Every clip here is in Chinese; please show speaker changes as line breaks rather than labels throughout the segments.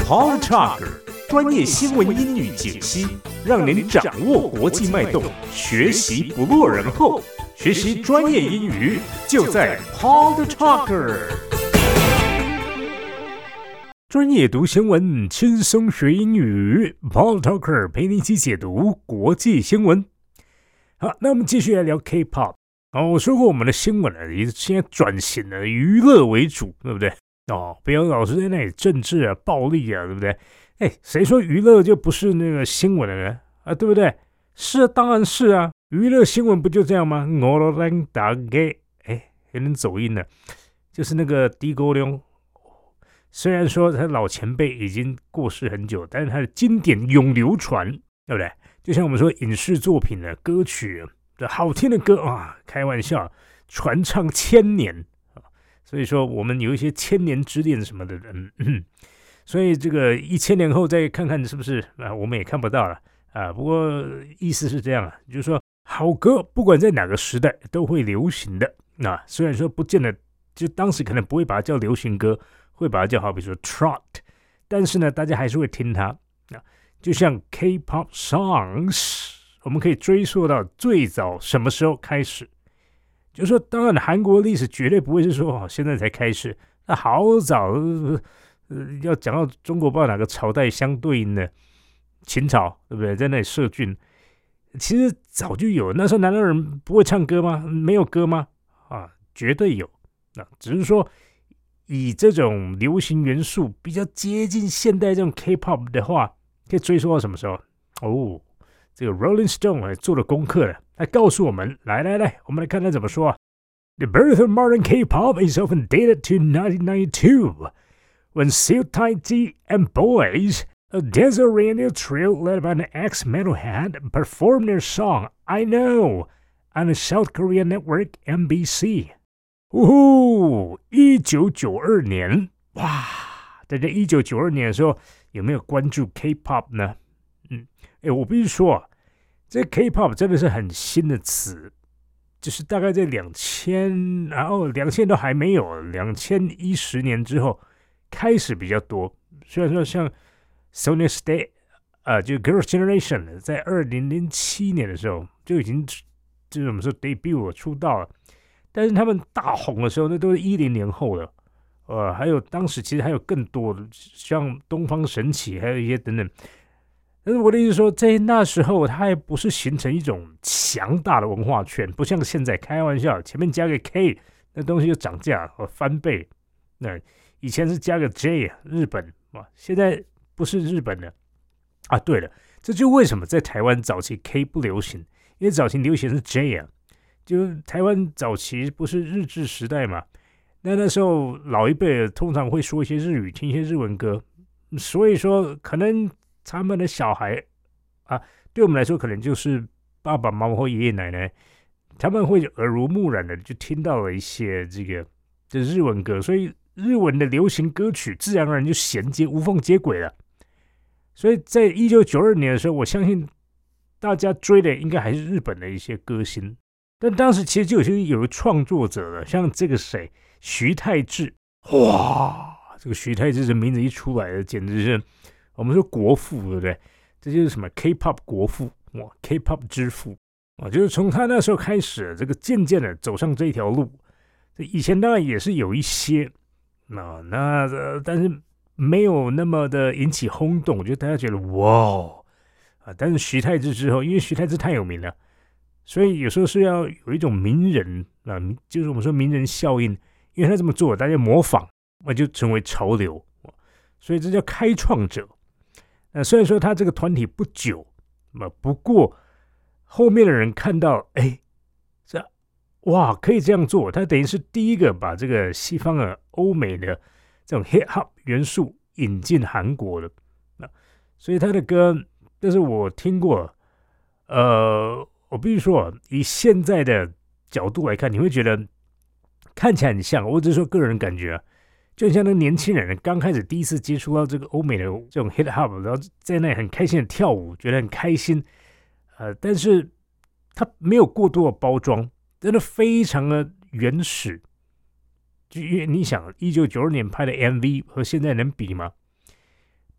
Paul Talker 专业新闻英语解析，让您掌握国际脉动，学习不落人后。学习专业英语就在 Paul Talker。专业读新闻，轻松学英语。Paul Talker 陪你一起解读国际新闻。好，那我们继续来聊 K-pop。我说过我们的新闻也现在转型了，娱乐为主，对不对？不要老是在那里政治啊、暴力啊，对不对？谁说娱乐就不是那个新闻了呢？对不对？是啊，当然是啊，娱乐新闻不就这样吗？我都让大家有点走音了，就是那个低沟流。虽然说他老前辈已经过世很久，但是他的经典永流传，对不对？就像我们说影视作品的歌曲，好听的歌啊，开玩笑，传唱千年啊。所以说我们有一些千年之恋什么的人，所以这个1000年后再看看是不是我们也看不到了啊。不过意思是这样就是说好歌不管在哪个时代都会流行的。虽然说不见得，就当时可能不会把它叫流行歌，会把它叫好比说 trot， 但是呢，大家还是会听它。就像 K-pop songs， 我们可以追溯到最早什么时候开始。就是说，当然韩国历史绝对不会是说现在才开始，那好早。要讲到中国不知道哪个朝代相对应的秦朝，对不对？在那里设郡，其实早就有。那时候难道人不会唱歌吗？没有歌吗？绝对有。只是说以这种流行元素比较接近现代这种 K-pop 的话，可以追溯到什么时候？这个 Rolling Stone 做了功课了，他告诉我们，来，我们来看他怎么说。The birth of modern K-pop is often dated to 1992, when Seo Taiji and Boys, a dance-oriented trio led by an ex-metalhead, performed their song "I Know" on the South Korean network MBC。1992年，哇！大家1992年的时候有没有关注 K-pop 呢？我必须说这 K-pop 真的是很新的词，就是大概在2000，然后2000都还没有，2010年之后开始比较多。虽然说像 Sony Stay，就 Girls' Generation 在2007年的时候就已经就是我们说 debut 出道了，但是他们大红的时候那都是10年后了。还有当时其实还有更多的，像东方神起，还有一些等等。但是我的意思说，在那时候它还不是形成一种强大的文化圈，不像现在开玩笑，前面加个 K， 那东西就涨价翻倍。那以前是加个 J， 日本现在不是日本的对了，这就为什么在台湾早期 K 不流行，因为早期流行是 J 就台湾早期不是日治时代嘛，那时候老一辈通常会说一些日语，听一些日文歌，所以说可能他们的小孩对我们来说可能就是爸爸妈妈或爷爷奶奶，他们会耳濡目染的就听到了一些这日文歌，所以日文的流行歌曲自然而然就衔接无缝接轨了。所以在1992年的时候，我相信大家追的应该还是日本的一些歌星，但当时其实就有个创作者了，像这个谁徐太志，这个徐太志的名字一出来简直是我们说国父，对不对？这就是什么 K-pop 国父，K-pop 之父就是从他那时候开始，这个渐渐的走上这一条路。以前当然也是有一些但是没有那么的引起轰动，我觉得大家觉得但是徐太志之后，因为徐太志太有名了，所以有时候是要有一种名人就是我们说名人效应，因为他这么做，大家模仿，就成为潮流，所以这叫开创者。虽然说他这个团体不久，不过后面的人看到，可以这样做，他等于是第一个把这个西方的欧美的这种 hip hop 元素引进韩国的，所以他的歌，但是我听过，我必须说，以现在的角度来看，你会觉得看起来很像，我只是说个人感觉就很像那个年轻人刚开始第一次接触到这个欧美的这种 hip hop， 然后在那里很开心的跳舞，觉得很开心，但是它没有过多的包装，真的非常的原始。就因为你想，1992年拍的 MV 和现在能比吗？不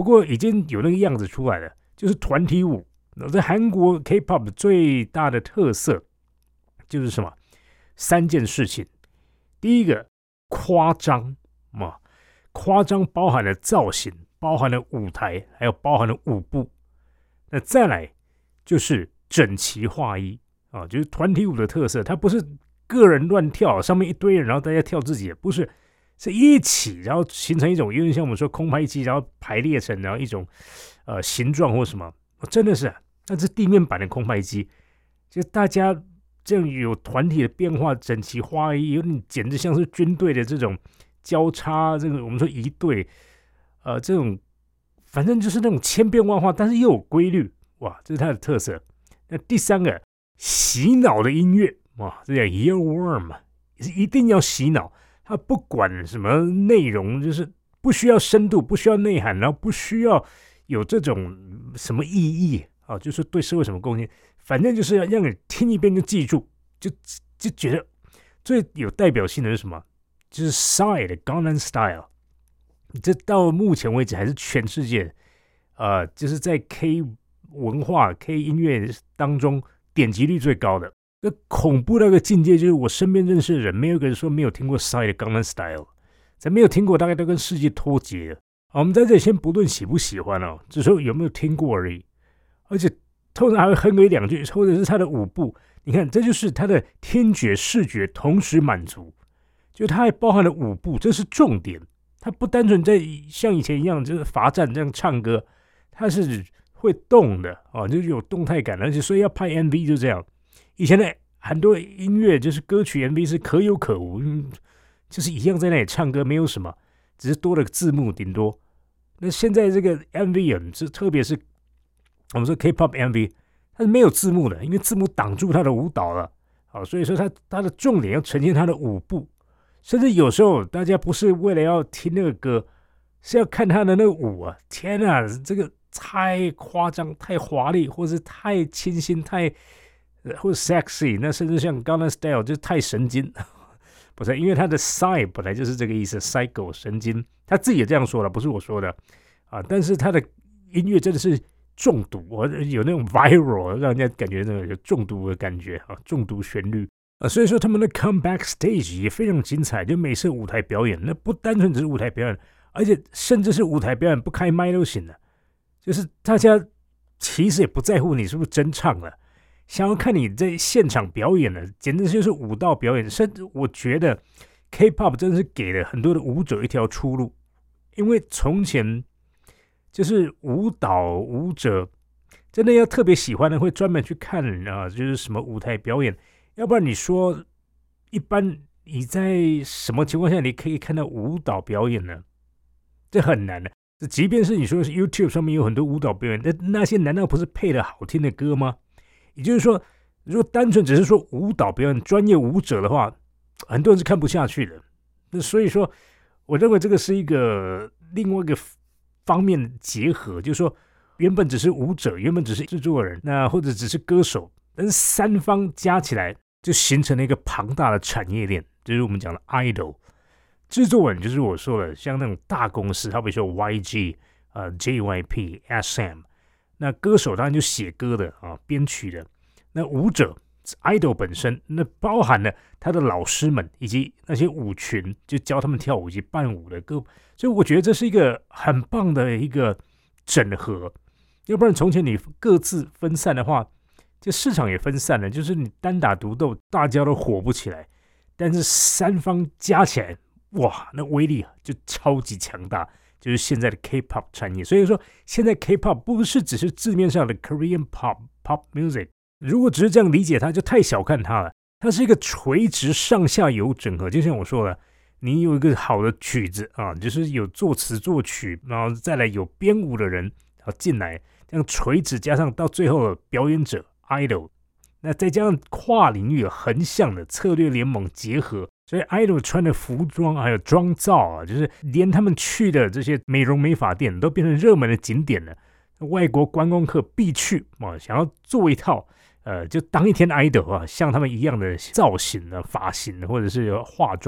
不过已经有那个样子出来了，就是团体舞。在韩国 K-pop 最大的特色就是什么？3件事情。第一个，夸张嘛，夸张包含了造型，包含了舞台，还有包含了舞步。那再来就是整齐划一啊，就是团体舞的特色，它不是个人乱跳，上面一堆人，然后大家跳自己的，不是，是一起，然后形成一种有点像我们说空拍机，然后排列成然后一种形状或什么，真的是，那是地面版的空拍机，就大家这样有团体的变化，整齐划一，有点简直像是军队的这种交叉，这个我们说仪队，这种反正就是那种千变万化，但是又有规律，哇，这是它的特色。那第三个，洗脑的音乐，哇，这叫 earworm， 一定要洗脑，它不管什么内容，就是不需要深度，不需要内涵，然后不需要有这种什么意义啊，就是对社会什么贡献，反正就是要让你听一遍就记住，就觉得最有代表性的是什么？就是 Psy 的 Gangnam Style， 这到目前为止还是全世界就是在 K 文化 K 音乐当中点击率最高的。那恐怖到一个境界，就是我身边认识的人，没有一个人说没有听过 Psy 的 Gangnam Style， 咱没有听过，大概都跟世界脱节了。我们在这里先不论喜不喜欢哦，只说有没有听过而已。而且通常还会哼个1-2句，或者是他的舞步，你看这就是他的听觉视觉同时满足，就它还包含了舞步，这是重点。它不单纯在像以前一样就是罚站这样唱歌，它是会动的哦，就是有动态感，而且所以要拍 MV 就这样。以前的很多音乐就是歌曲 MV 是可有可无，就是一样在那里唱歌，没有什么，只是多了个字幕顶多。那现在这个 MV 啊，特别是我们说 K-pop MV， 它是没有字幕的，因为字幕挡住它的舞蹈了。好，所以说它的重点要呈现它的舞步，甚至有时候大家不是为了要听那个歌，是要看他的那个舞啊！天啊，这个太夸张、太华丽，或是太清新、或者 sexy， 那甚至像 Gangnam Style 就太神经。不是，因为他的 Psy 本来就是这个意思 ，psycho 神经，他自己也这样说了，不是我说的啊。但是他的音乐真的是中毒，有那种 viral， 让人家感觉那个有中毒的感觉啊，中毒旋律啊。所以说他们的 comeback stage 也非常精彩，就每次舞台表演，那不单纯只是舞台表演，而且甚至是舞台表演不开麦都行了，就是大家其实也不在乎你是不是真唱了。想要看你在现场表演的，简直就是舞蹈表演。甚至我觉得 K-pop 真的是给了很多的舞者一条出路，因为从前就是舞者真的要特别喜欢的，会专门去看就是什么舞台表演。要不然你说一般你在什么情况下你可以看到舞蹈表演呢？这很难的。即便是你说是 YouTube 上面有很多舞蹈表演，那些难道不是配了好听的歌吗？也就是说，如果单纯只是说舞蹈表演专业舞者的话，很多人是看不下去的。那所以说，我认为这个是一个另外一个方面的结合，就是说，原本只是舞者，原本只是制作人，那或者只是歌手，但是三方加起来就形成了一个庞大的产业链，就是我们讲的 idol。制作人就是我说的，像那种大公司，好比说 YG、JYP、SM。那歌手当然就写歌的啊，编曲的。那舞者 idol 本身，那包含了他的老师们以及那些舞群，就教他们跳舞以及伴舞的歌。所以我觉得这是一个很棒的一个整合。要不然从前你各自分散的话，这市场也分散了，就是你单打独斗，大家都火不起来。但是三方加起来，哇，那威力就超级强大。就是现在的 K-pop 产业，所以说现在 K-pop 不是只是字面上的 Korean pop music， 如果只是这样理解它，就太小看它了。它是一个垂直上下游整合，就像我说的，你有一个好的曲子啊，就是有作词作曲，然后再来有编舞的人进来，这样垂直加上到最后的表演者 idol， 那再加上跨领域横向的策略联盟结合。所以 idol 穿的服装还有妆造啊，就是连他们去的这些美容美发店都变成热门的景点了。外国观光客必去啊，想要做一套就当一天 idol 啊，像他们一样的造型啊、发型或者是化妆。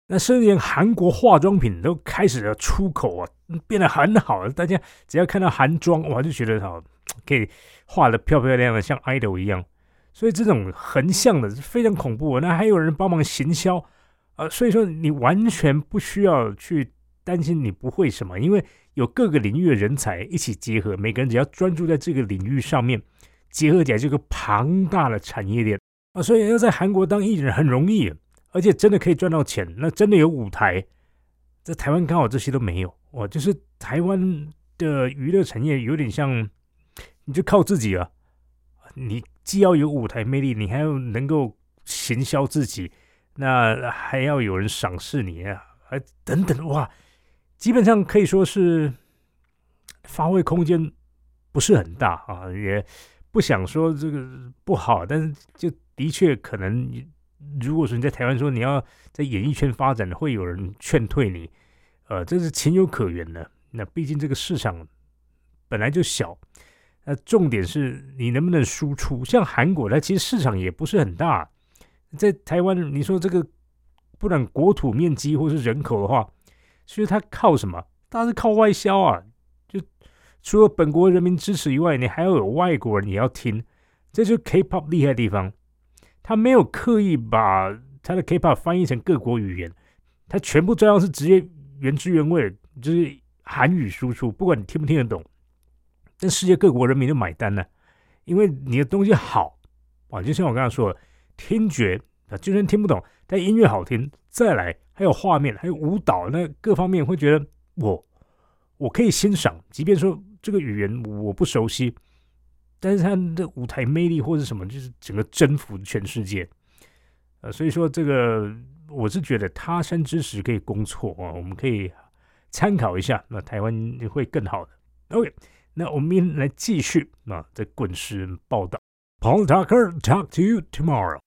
那甚至连韩国化妆品都开始了出口啊，变得很好。大家只要看到韩妆，哇，就觉得好可以画的漂漂亮亮的，像 idol 一样。所以这种横向的是非常恐怖。那还有人帮忙行销，所以说你完全不需要去担心你不会什么，因为有各个领域的人才一起结合，每个人只要专注在这个领域上面，结合起来这个庞大的产业链啊。所以要在韩国当艺人很容易。而且真的可以赚到钱，那真的有舞台，在台湾刚好这些都没有哇，就是台湾的娱乐产业有点像，你就靠自己了，你既要有舞台魅力，你还要能够行销自己，那还要有人赏识你啊，等等哇，基本上可以说是发挥空间不是很大啊，也不想说这个不好，但是就的确可能。如果说你在台湾说你要在演艺圈发展，会有人劝退你，这是情有可原的。那毕竟这个市场本来就小，那重点是你能不能输出。像韩国，它其实市场也不是很大，在台湾你说这个不然国土面积或是人口的话，所以它靠什么？它是靠外销啊，就除了本国人民支持以外，你还要有外国人也要听，这就是 K-pop 厉害的地方。他没有刻意把他的 K-pop 翻译成各国语言，他全部照样是直接原汁原味的，就是韩语输出，不管你听不听得懂，但世界各国人民都买单了，因为你的东西好啊，就像我刚才说的，听觉啊，就算听不懂，但音乐好听，再来还有画面，还有舞蹈，那各方面会觉得我可以欣赏，即便说这个语言我不熟悉。但是他的舞台魅力或者什么，就是整个征服全世界，所以说这个我是觉得他山之石可以攻错啊，我们可以参考一下，那台湾会更好的。OK， 那我们明天来继续这滚石报道。Paul Tucker talk to you tomorrow.